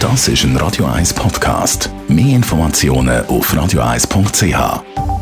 Das ist ein Radio 1 Podcast. Mehr Informationen auf radio1.ch.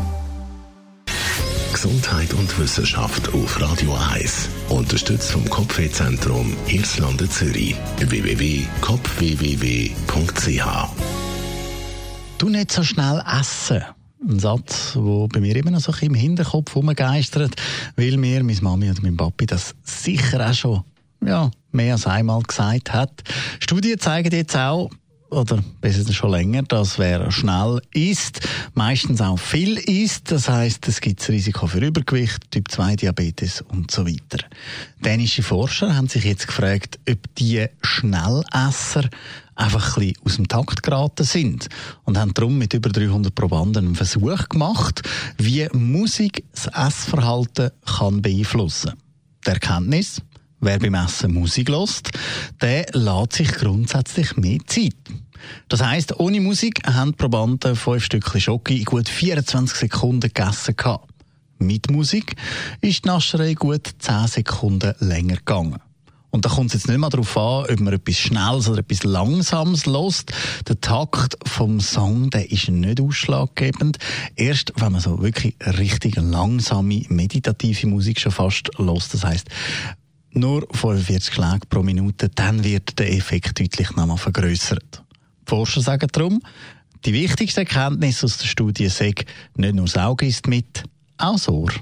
Gesundheit und Wissenschaft auf Radio 1. Unterstützt vom Kopfwehzentrum Irlande Zürich. www.kopfwww.ch. Du nicht so schnell essen. Ein Satz, der bei mir immer noch so ein bisschen im Hinterkopf herumgeistert, weil mir meine Mami und mein Papi das sicher auch schon mehr als einmal gesagt hat. Studien zeigen jetzt auch, oder besser schon länger, dass wer schnell isst, meistens auch viel isst. Das heisst, es gibt das Risiko für Übergewicht, Typ-2-Diabetes und so weiter. Dänische Forscher haben sich jetzt gefragt, ob die Schnellesser einfach ein bisschen aus dem Takt geraten sind und haben darum mit über 300 Probanden einen Versuch gemacht, wie Musik das Essverhalten kann beeinflussen. Die Erkenntnis: Wer beim Essen Musik hört, der lässt sich grundsätzlich mehr Zeit. Das heisst, ohne Musik haben die Probanden 5 Stückchen Schoki in gut 24 Sekunden gegessen. Mit Musik ist die Nascherei gut 10 Sekunden länger gegangen. Und da kommt es jetzt nicht mehr darauf an, ob man etwas Schnelles oder etwas Langsames hört. Der Takt vom Song, der ist nicht ausschlaggebend. Erst wenn man so wirklich richtig langsame, meditative Musik schon fast hört, das heisst, nur 45 Schläge pro Minute, dann wird der Effekt deutlich nochmal vergrössert. Die Forscher sagen darum, die wichtigste Erkenntnis aus der Studie sagt, nicht nur das Auge isst mit, auch das Ohr.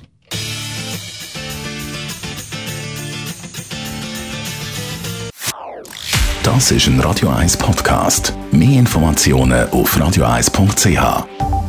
Das ist ein Radio 1 Podcast. Mehr Informationen auf radio1.ch.